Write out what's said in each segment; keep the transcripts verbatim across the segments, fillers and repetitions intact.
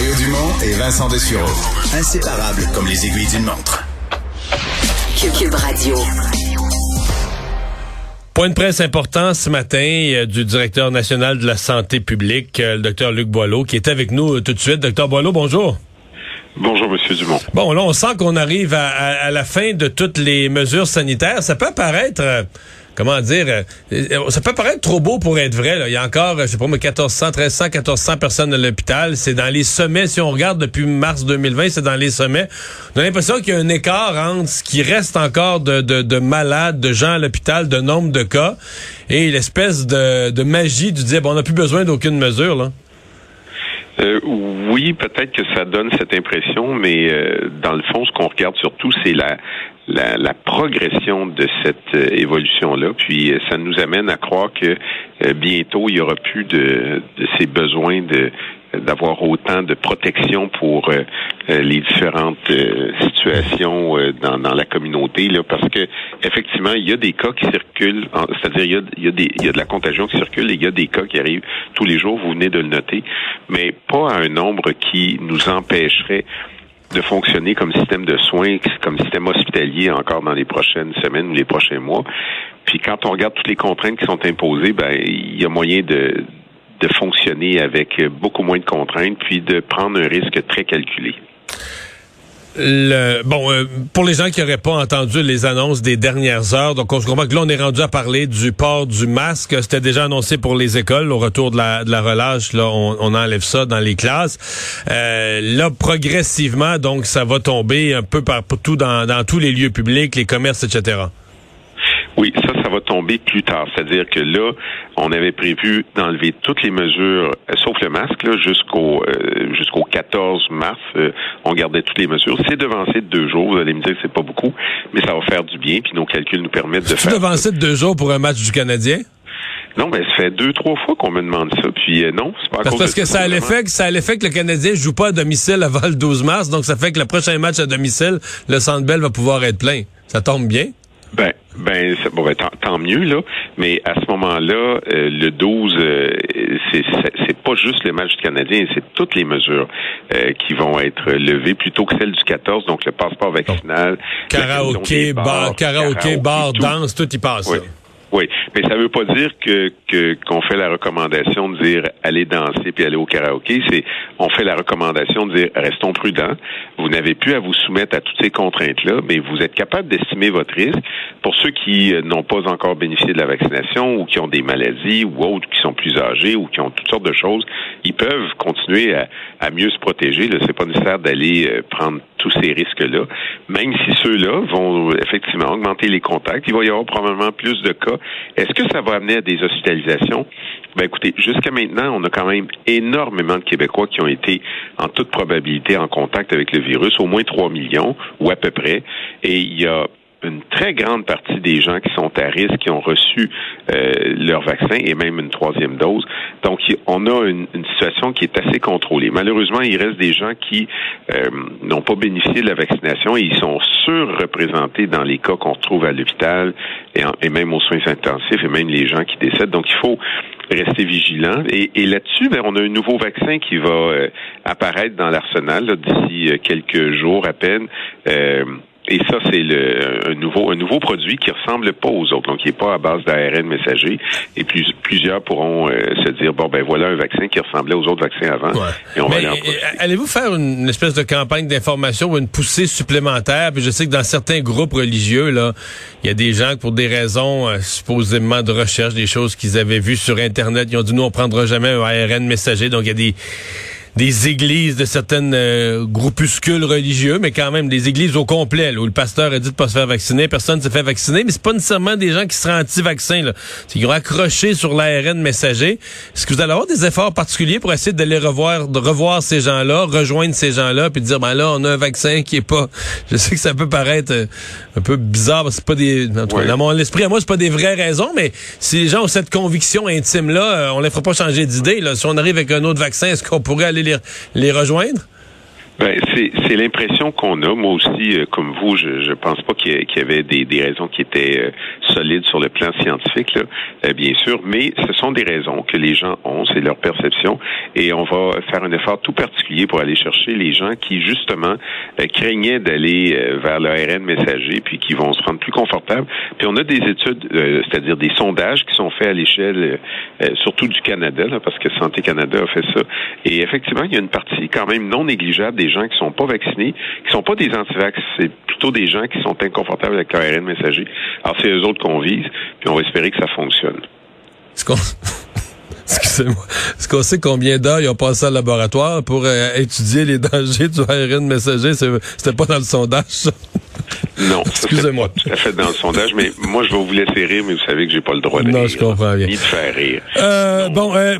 Mario Dumont et Vincent Dessureau. Inséparables comme les aiguilles d'une montre. Cube Radio. Point de presse important ce matin euh, du directeur national de la santé publique, euh, le docteur Luc Boileau, qui est avec nous euh, tout de suite. Docteur Boileau, bonjour. Bonjour, Monsieur Dumont. Bon, là, on sent qu'on arrive à, à, à la fin de toutes les mesures sanitaires. Ça peut paraître, euh, comment dire, euh, ça peut paraître trop beau pour être vrai. Là. Il y a encore, je sais pas, quatorze cents, treize cents, quatorze cents personnes à l'hôpital. C'est dans les sommets. Si on regarde depuis mars deux mille vingt, c'est dans les sommets. On a l'impression qu'il y a un écart entre ce qui reste encore de, de, de malades, de gens à l'hôpital, de nombre de cas, et l'espèce de, de magie du dire, bon, on n'a plus besoin d'aucune mesure, là. Euh, oui, peut-être que ça donne cette impression, mais euh, dans le fond, ce qu'on regarde surtout, c'est la, la, la progression de cette euh, évolution-là. Puis euh, ça nous amène à croire que euh, bientôt, il y aura plus de, de ces besoins de d'avoir autant de protection pour euh, les différentes euh, situations euh, dans, dans la communauté, là, parce que effectivement, il y a des cas qui circulent, en, c'est-à-dire il y a, il y a des il y a de la contagion qui circule et il y a des cas qui arrivent tous les jours, vous venez de le noter, mais pas à un nombre qui nous empêcherait de fonctionner comme système de soins, comme système hospitalier encore dans les prochaines semaines ou les prochains mois. Puis quand on regarde toutes les contraintes qui sont imposées, ben il y a moyen de de fonctionner avec beaucoup moins de contraintes, puis de prendre un risque très calculé. Le, bon, euh, pour les gens qui n'auraient pas entendu les annonces des dernières heures, donc on se comprend que là, on est rendu à parler du port du masque. C'était déjà annoncé pour les écoles. Au retour de la, de la relâche, là, on, on enlève ça dans les classes. Euh, là, progressivement, donc, ça va tomber un peu partout dans, dans tous les lieux publics, les commerces, et cetera. Oui, ça, ça va tomber plus tard. C'est-à-dire que là, on avait prévu d'enlever toutes les mesures, euh, sauf le masque, là, jusqu'au euh, jusqu'au quatorze mars. Euh, on gardait toutes les mesures. C'est devancé de deux jours. Vous allez me dire que c'est pas beaucoup, mais ça va faire du bien. Puis nos calculs nous permettent de faire. C'est devancé de deux jours pour un match du Canadien? Non, ben ça fait deux, trois fois qu'on me demande ça. Puis euh, non, c'est pas à parce, cause parce de que ça a l'effet que ça a l'effet que le Canadien joue pas à domicile avant le douze mars, donc ça fait que le prochain match à domicile, le Centre Bell va pouvoir être plein. Ça tombe bien? Ben, ben, c'est, bon, ben tant, tant mieux là. Mais à ce moment-là, euh, le douze, euh, c'est, c'est, c'est pas juste le match du Canadien, c'est toutes les mesures euh, qui vont être levées plutôt que celle du quatorze. Donc le passeport vaccinal, karaoké, bar, karaoké, bar, danse, tout y passe. Oui. Oui, mais ça veut pas dire que, que qu'on fait la recommandation de dire allez danser puis aller au karaoké. C'est on fait la recommandation de dire restons prudents. Vous n'avez plus à vous soumettre à toutes ces contraintes-là, mais vous êtes capable d'estimer votre risque. Pour ceux qui n'ont pas encore bénéficié de la vaccination ou qui ont des maladies ou autres, qui sont plus âgés ou qui ont toutes sortes de choses, ils peuvent continuer à, à mieux se protéger. Là, c'est pas nécessaire d'aller euh, prendre tous ces risques-là, même si ceux-là vont effectivement augmenter les contacts. Il va y avoir probablement plus de cas. Est-ce que ça va amener à des hospitalisations? Ben écoutez, jusqu'à maintenant, on a quand même énormément de Québécois qui ont été en toute probabilité en contact avec le virus, au moins trois millions ou à peu près, et il y a une très grande partie des gens qui sont à risque, qui ont reçu euh, leur vaccin et même une troisième dose. Donc, on a une, une situation qui est assez contrôlée. Malheureusement, il reste des gens qui euh, n'ont pas bénéficié de la vaccination et ils sont surreprésentés dans les cas qu'on retrouve à l'hôpital et, en, et même aux soins intensifs et même les gens qui décèdent. Donc, il faut rester vigilant. Et, et là-dessus, ben, on a un nouveau vaccin qui va euh, apparaître dans l'arsenal là, d'ici euh, quelques jours à peine. Euh, Et ça, c'est le, un nouveau un nouveau produit qui ressemble pas aux autres, donc qui est pas à base d'A R N messager. Et plus, plusieurs pourront euh, se dire, bon, ben voilà un vaccin qui ressemblait aux autres vaccins avant. Ouais. Et on Mais, va aller en profiter. Allez-vous faire une, une espèce de campagne d'information ou une poussée supplémentaire? Puis je sais que dans certains groupes religieux, là, il y a des gens qui, pour des raisons euh, supposément de recherche, des choses qu'ils avaient vues sur Internet, ils ont dit, nous, on prendra jamais un A R N messager. Donc, il y a des... des églises de certaines euh, groupuscules religieux, mais quand même des églises au complet, là, où le pasteur a dit de pas se faire vacciner, personne ne se fait vacciner, mais c'est pas nécessairement des gens qui seraient anti-vaccins, là. C'est qu'ils ont accroché sur l'A R N messager. Est-ce que vous allez avoir des efforts particuliers pour essayer d'aller revoir, de revoir ces gens-là, rejoindre ces gens-là, puis de dire, ben là, on a un vaccin qui est pas, je sais que ça peut paraître euh, un peu bizarre, c'est pas des, en tout cas, ouais. Dans mon esprit à moi, c'est pas des vraies raisons, mais si les gens ont cette conviction intime-là, euh, on les fera pas changer d'idée, là. Si on arrive avec un autre vaccin, est-ce qu'on pourrait aller les, les rejoindre? Ben, c'est, c'est l'impression qu'on a. Moi aussi, euh, comme vous, je, je pense pas qu'il y, a, qu'il y avait des, des raisons qui étaient euh, solides sur le plan scientifique, là, euh, bien sûr, mais ce sont des raisons que les gens ont, c'est leur perception, et on va faire un effort tout particulier pour aller chercher les gens qui, justement, euh, craignaient d'aller euh, vers l'A R N messager, puis qui vont se rendre plus confortables. Puis on a des études, euh, c'est-à-dire des sondages qui sont faits à l'échelle, euh, surtout du Canada, là, parce que Santé Canada a fait ça, et effectivement, il y a une partie quand même non négligeable des gens qui sont pas vaccinés, qui sont pas des antivax, c'est plutôt des gens qui sont inconfortables avec l'A R N messager. Alors c'est eux autres qu'on vise, puis on va espérer que ça fonctionne. Est-ce qu'on... Excusez-moi. Est-ce qu'on sait combien d'heures ils ont passé au laboratoire pour euh, étudier les dangers du A R N messager? C'était pas dans le sondage, ça? Non, excusez-moi. Pas tout à fait dans le sondage, mais moi je vais vous laisser rire, mais vous savez que j'ai pas le droit de non, rire. Non, je comprends bien. Ni de faire rire. Euh, bon, euh,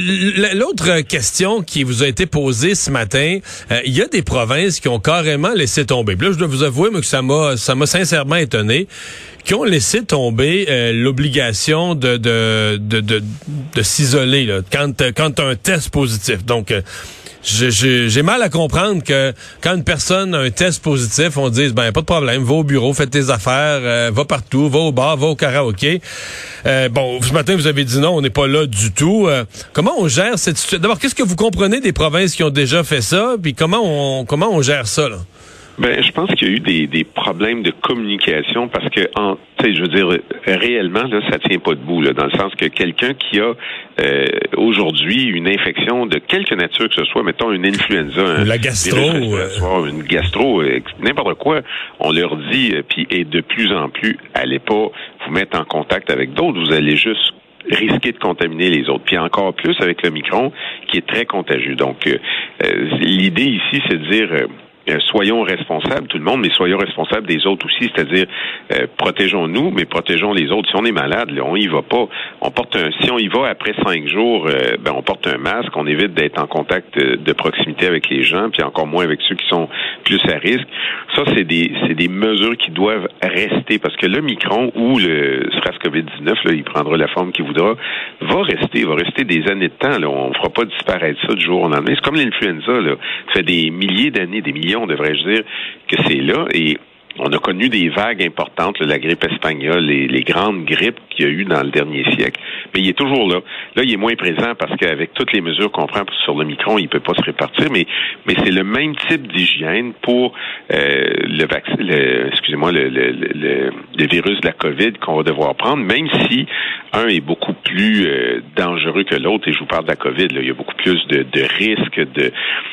l'autre question qui vous a été posée ce matin, il euh, y a des provinces qui ont carrément laissé tomber. Puis là, je dois vous avouer moi, que ça m'a, ça m'a sincèrement étonné, qui ont laissé tomber euh, l'obligation de de de de, de s'isoler là, quand quand t'as un test positif. Donc euh, Je, je, j'ai mal à comprendre que quand une personne a un test positif, on dise, ben, pas de problème, va au bureau, fais tes affaires, euh, va partout, va au bar, va au karaoké. Euh, bon, ce matin, vous avez dit non, on n'est pas là du tout. Euh, comment on gère cette situation? D'abord, qu'est-ce que vous comprenez des provinces qui ont déjà fait ça? Puis comment on, comment on gère ça, là? Ben, je pense qu'il y a eu des, des problèmes de communication parce que, en, tu sais, je veux dire, réellement, là, ça tient pas debout, là, dans le sens que quelqu'un qui a euh, aujourd'hui une infection de quelque nature que ce soit, mettons une influenza, un la gastro, euh... une gastro, euh, n'importe quoi, on leur dit, euh, puis et de plus en plus, allez pas vous mettre en contact avec d'autres, vous allez juste risquer de contaminer les autres. Puis encore plus avec le Omicron, qui est très contagieux. Donc, euh, euh, l'idée ici, c'est de dire... Euh, Euh, soyons responsables, tout le monde, mais soyons responsables des autres aussi, c'est-à-dire euh, protégeons-nous, mais protégeons les autres. Si on est malade, là, on y va pas. On porte un. Si on y va après cinq jours, euh, ben on porte un masque, on évite d'être en contact de, de proximité avec les gens, puis encore moins avec ceux qui sont plus à risque. Ça, c'est des c'est des mesures qui doivent rester, parce que le Omicron ou le SARS-CoV dix-neuf, là, il prendra la forme qu'il voudra, va rester, va rester des années de temps. Là, on fera pas disparaître ça du jour au lendemain. C'est comme l'influenza, là. Ça fait des milliers d'années, des millions devrais-je dire, que c'est là. Et on a connu des vagues importantes, là, la grippe espagnole, les, les grandes grippes qu'il y a eu dans le dernier siècle. Mais il est toujours là. Là, il est moins présent parce qu'avec toutes les mesures qu'on prend sur le Omicron, il peut pas se répartir, mais mais c'est le même type d'hygiène pour euh, le vaccin, le, excusez-moi, le, le, le, le virus de la COVID qu'on va devoir prendre, même si un est beaucoup plus euh, dangereux que l'autre, et je vous parle de la COVID, là, il y a beaucoup plus de, de risques de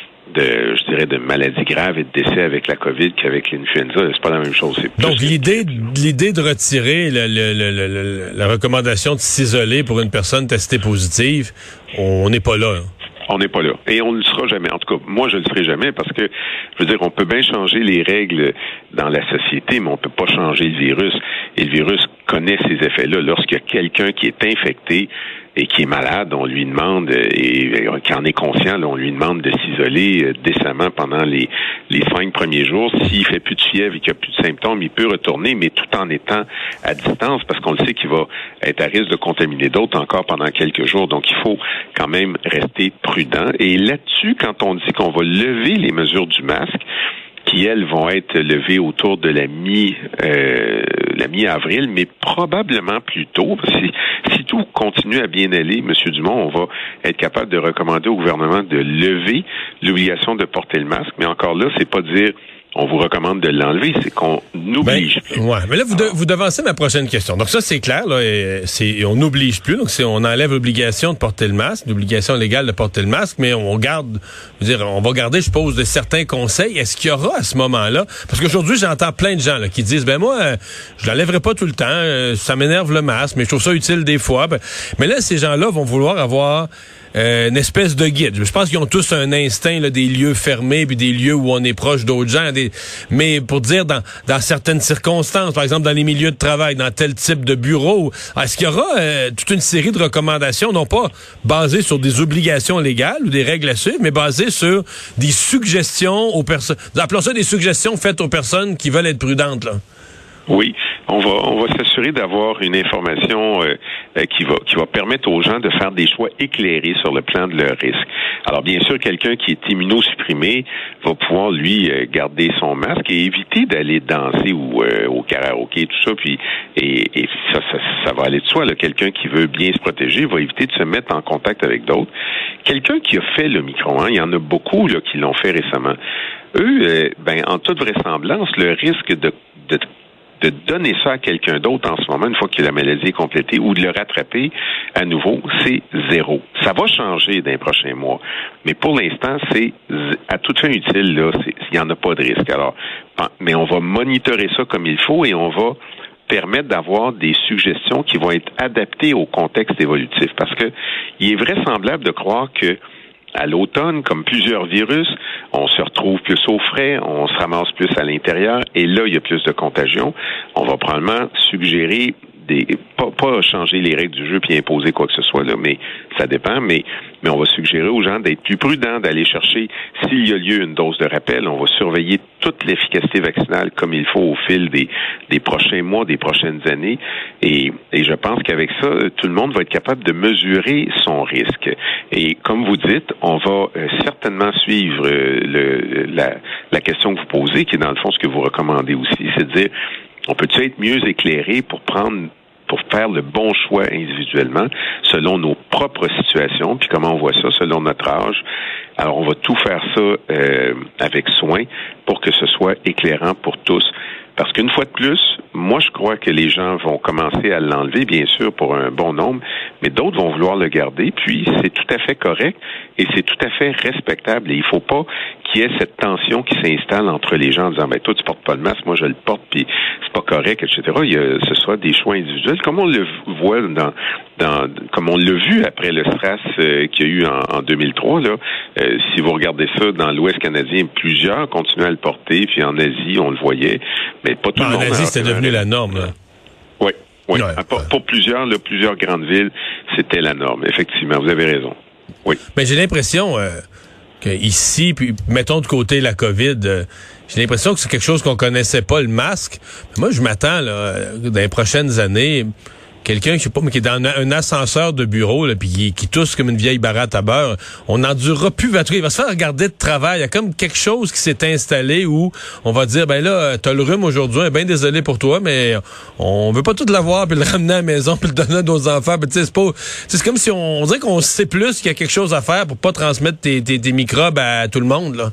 de, je dirais, de maladies graves et de décès avec la COVID qu'avec l'influenza. C'est pas la même chose. C'est plus Donc, l'idée, l'idée de retirer le, le, le, le, la recommandation de s'isoler pour une personne testée positive, on n'est pas là. Hein. On n'est pas là. Et on ne le sera jamais. En tout cas, moi, je ne le serai jamais parce que, je veux dire, on peut bien changer les règles dans la société, mais on peut pas changer le virus. Et le virus connaît ces effets-là. Lorsqu'il y a quelqu'un qui est infecté et qui est malade, on lui demande, et, et qui en est conscient, là, on lui demande de s'isoler décemment pendant les, les cinq premiers jours. S'il fait plus de fièvre et qu'il n'y a plus de symptômes, il peut retourner, mais tout en étant à distance, parce qu'on le sait qu'il va être à risque de contaminer d'autres encore pendant quelques jours. Donc, il faut quand même rester prudent. Et là-dessus, quand on dit qu'on va lever les mesures du masque, qui, elles, vont être levées autour de la mi euh, la mi-avril, mais probablement plus tôt. Si, si tout continue à bien aller, M. Dumont, on va être capable de recommander au gouvernement de lever l'obligation de porter le masque. Mais encore là, c'est pas dire on vous recommande de l'enlever, c'est qu'on n'oblige ben, plus. Ouais, mais là, vous, de, vous devancez ma prochaine question. Donc ça, c'est clair, là, et c'est, on n'oblige plus, donc c'est, on enlève l'obligation de porter le masque, l'obligation légale de porter le masque, mais on garde, je veux dire, on va garder, je pose, de certains conseils. Est-ce qu'il y aura à ce moment-là, parce qu'aujourd'hui, j'entends plein de gens là, qui disent, ben moi, euh, je l'enlèverai pas tout le temps, euh, ça m'énerve le masque, mais je trouve ça utile des fois. Ben, mais là, ces gens-là vont vouloir avoir Euh, une espèce de guide. Je pense qu'ils ont tous un instinct là, des lieux fermés puis des lieux où on est proche d'autres gens. Des... Mais pour dire dans, dans certaines circonstances, par exemple dans les milieux de travail, dans tel type de bureau, est-ce qu'il y aura euh, toute une série de recommandations, non pas basées sur des obligations légales ou des règles à suivre, mais basées sur des suggestions aux personnes. Appelons ça des suggestions faites aux personnes qui veulent être prudentes, là. Oui, On va, on va s'assurer d'avoir une information euh, euh, qui va, qui va permettre aux gens de faire des choix éclairés sur le plan de leur risque. Alors, bien sûr, quelqu'un qui est immunosupprimé va pouvoir, lui, euh, garder son masque et éviter d'aller danser ou euh, au karaoké, tout ça. Puis, et, et ça, ça, ça va aller de soi. Là. Quelqu'un qui veut bien se protéger va éviter de se mettre en contact avec d'autres. Quelqu'un qui a fait le micron, hein, il y en a beaucoup là qui l'ont fait récemment. Eux, euh, ben, en toute vraisemblance, le risque de, de de donner ça à quelqu'un d'autre en ce moment, une fois que la maladie est complétée, ou de le rattraper à nouveau, c'est zéro. Ça va changer dans les prochains mois. Mais pour l'instant, c'est à toute fin utile, là, il n'y en a pas de risque. Alors, mais on va monitorer ça comme il faut et on va permettre d'avoir des suggestions qui vont être adaptées au contexte évolutif. Parce que il est vraisemblable de croire que à l'automne, comme plusieurs virus, on se retrouve plus au frais, on se ramasse plus à l'intérieur, et là, il y a plus de contagion. On va probablement suggérer des pas, pas changer les règles du jeu puis imposer quoi que ce soit, là, mais ça dépend, mais, mais on va suggérer aux gens d'être plus prudents, d'aller chercher, s'il y a lieu, une dose de rappel. On va surveiller toute l'efficacité vaccinale comme il faut au fil des, des prochains mois, des prochaines années. Et, et je pense qu'avec ça, tout le monde va être capable de mesurer son risque. Et comme vous dites, on va euh, certainement suivre euh, le, la, la question que vous posez, qui est dans le fond ce que vous recommandez aussi, c'est de dire, on peut-tu être mieux éclairé pour prendre pour faire le bon choix individuellement, selon nos propres situations, puis comment on voit ça, selon notre âge. Alors, on va tout faire ça euh, avec soin pour que ce soit éclairant pour tous. Parce qu'une fois de plus, moi, je crois que les gens vont commencer à l'enlever, bien sûr, pour un bon nombre, mais d'autres vont vouloir le garder, puis c'est tout à fait correct et c'est tout à fait respectable. Et il faut pas qu'il y ait cette tension qui s'installe entre les gens en disant, ben toi, tu portes pas le masque, moi, je le porte, puis c'est pas correct, et cetera. Il y a, ce soit des choix individuels, comme on le voit dans, dans comme on l'a vu après le SRAS euh, qu'il y a eu en, en deux mille trois, là. Euh, si vous regardez ça dans l'Ouest canadien, plusieurs continuaient à le porter, puis en Asie, on le voyait. Mais pas tout non, le monde. En Asie, c'était devenu la norme. Là. Oui, oui. Ouais, pour, pour plusieurs, là, plusieurs grandes villes, c'était la norme. Effectivement, vous avez raison. Oui. Mais j'ai l'impression euh, que ici, puis mettons de côté la COVID, euh, j'ai l'impression que c'est quelque chose qu'on connaissait pas, le masque. Mais moi, je m'attends là, dans les prochaines années, quelqu'un, je sais pas, mais qui est dans un ascenseur de bureau, là, puis qui, qui tousse comme une vieille baratte à beurre, on n'endurera plus votre Il va se faire regarder de travail. Il y a comme quelque chose qui s'est installé où on va dire, ben là, t'as le rhume aujourd'hui, ben désolé pour toi, mais on veut pas tout l'avoir, puis le ramener à la maison, puis le donner à nos enfants. Puis, c'est pas, c'est comme si on, on dirait qu'on sait plus qu'il y a quelque chose à faire pour pas transmettre tes, tes, tes microbes à tout le monde, là.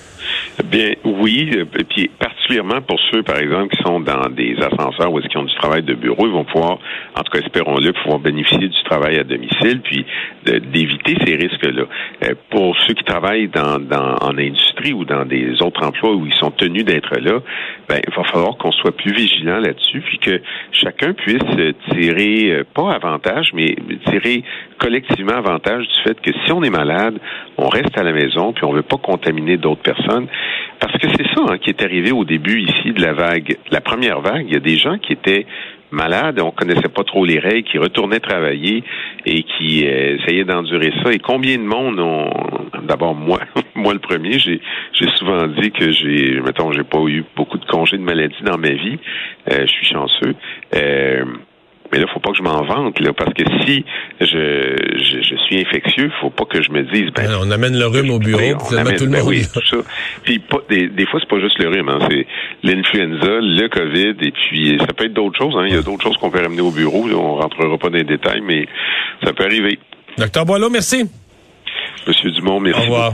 Bien, oui, et puis particulièrement pour ceux, par exemple, qui sont dans des ascenseurs ou qui ont du travail de bureau, ils vont pouvoir, en tout cas, espérons-le, pouvoir bénéficier du travail à domicile, puis de, d'éviter ces risques-là. Euh, pour ceux qui travaillent dans, dans en industrie ou dans des autres emplois où ils sont tenus d'être là, ben, il va falloir qu'on soit plus vigilant là-dessus, puis que chacun puisse tirer, euh, pas avantage, mais tirer collectivement avantage du fait que si on est malade, on reste à la maison, puis on veut pas contaminer d'autres personnes. Parce que c'est ça hein, qui est arrivé au début ici de la vague, la première vague. Il y a des gens qui étaient malades, on connaissait pas trop les règles, qui retournaient travailler et qui euh, essayaient d'endurer ça. Et combien de monde ont... D'abord, moi, moi le premier, j'ai j'ai souvent dit que j'ai, mettons, j'ai pas eu beaucoup de congés de maladie dans ma vie. Euh, je suis chanceux. Euh, Mais là, faut pas que je m'en vante, là, parce que si je, je, je suis infectieux, faut pas que je me dise, ben. On amène le rhume au bureau, puis on amène tout le monde. Ben oui, tout ça. Puis pas, des, des fois, c'est pas juste le rhume, hein, c'est l'influenza, le COVID, et puis ça peut être d'autres choses, hein. Il y a d'autres choses qu'on peut ramener au bureau, là, on rentrera pas dans les détails, mais ça peut arriver. Docteur Boileau, merci. Monsieur Dumont, merci. Au revoir.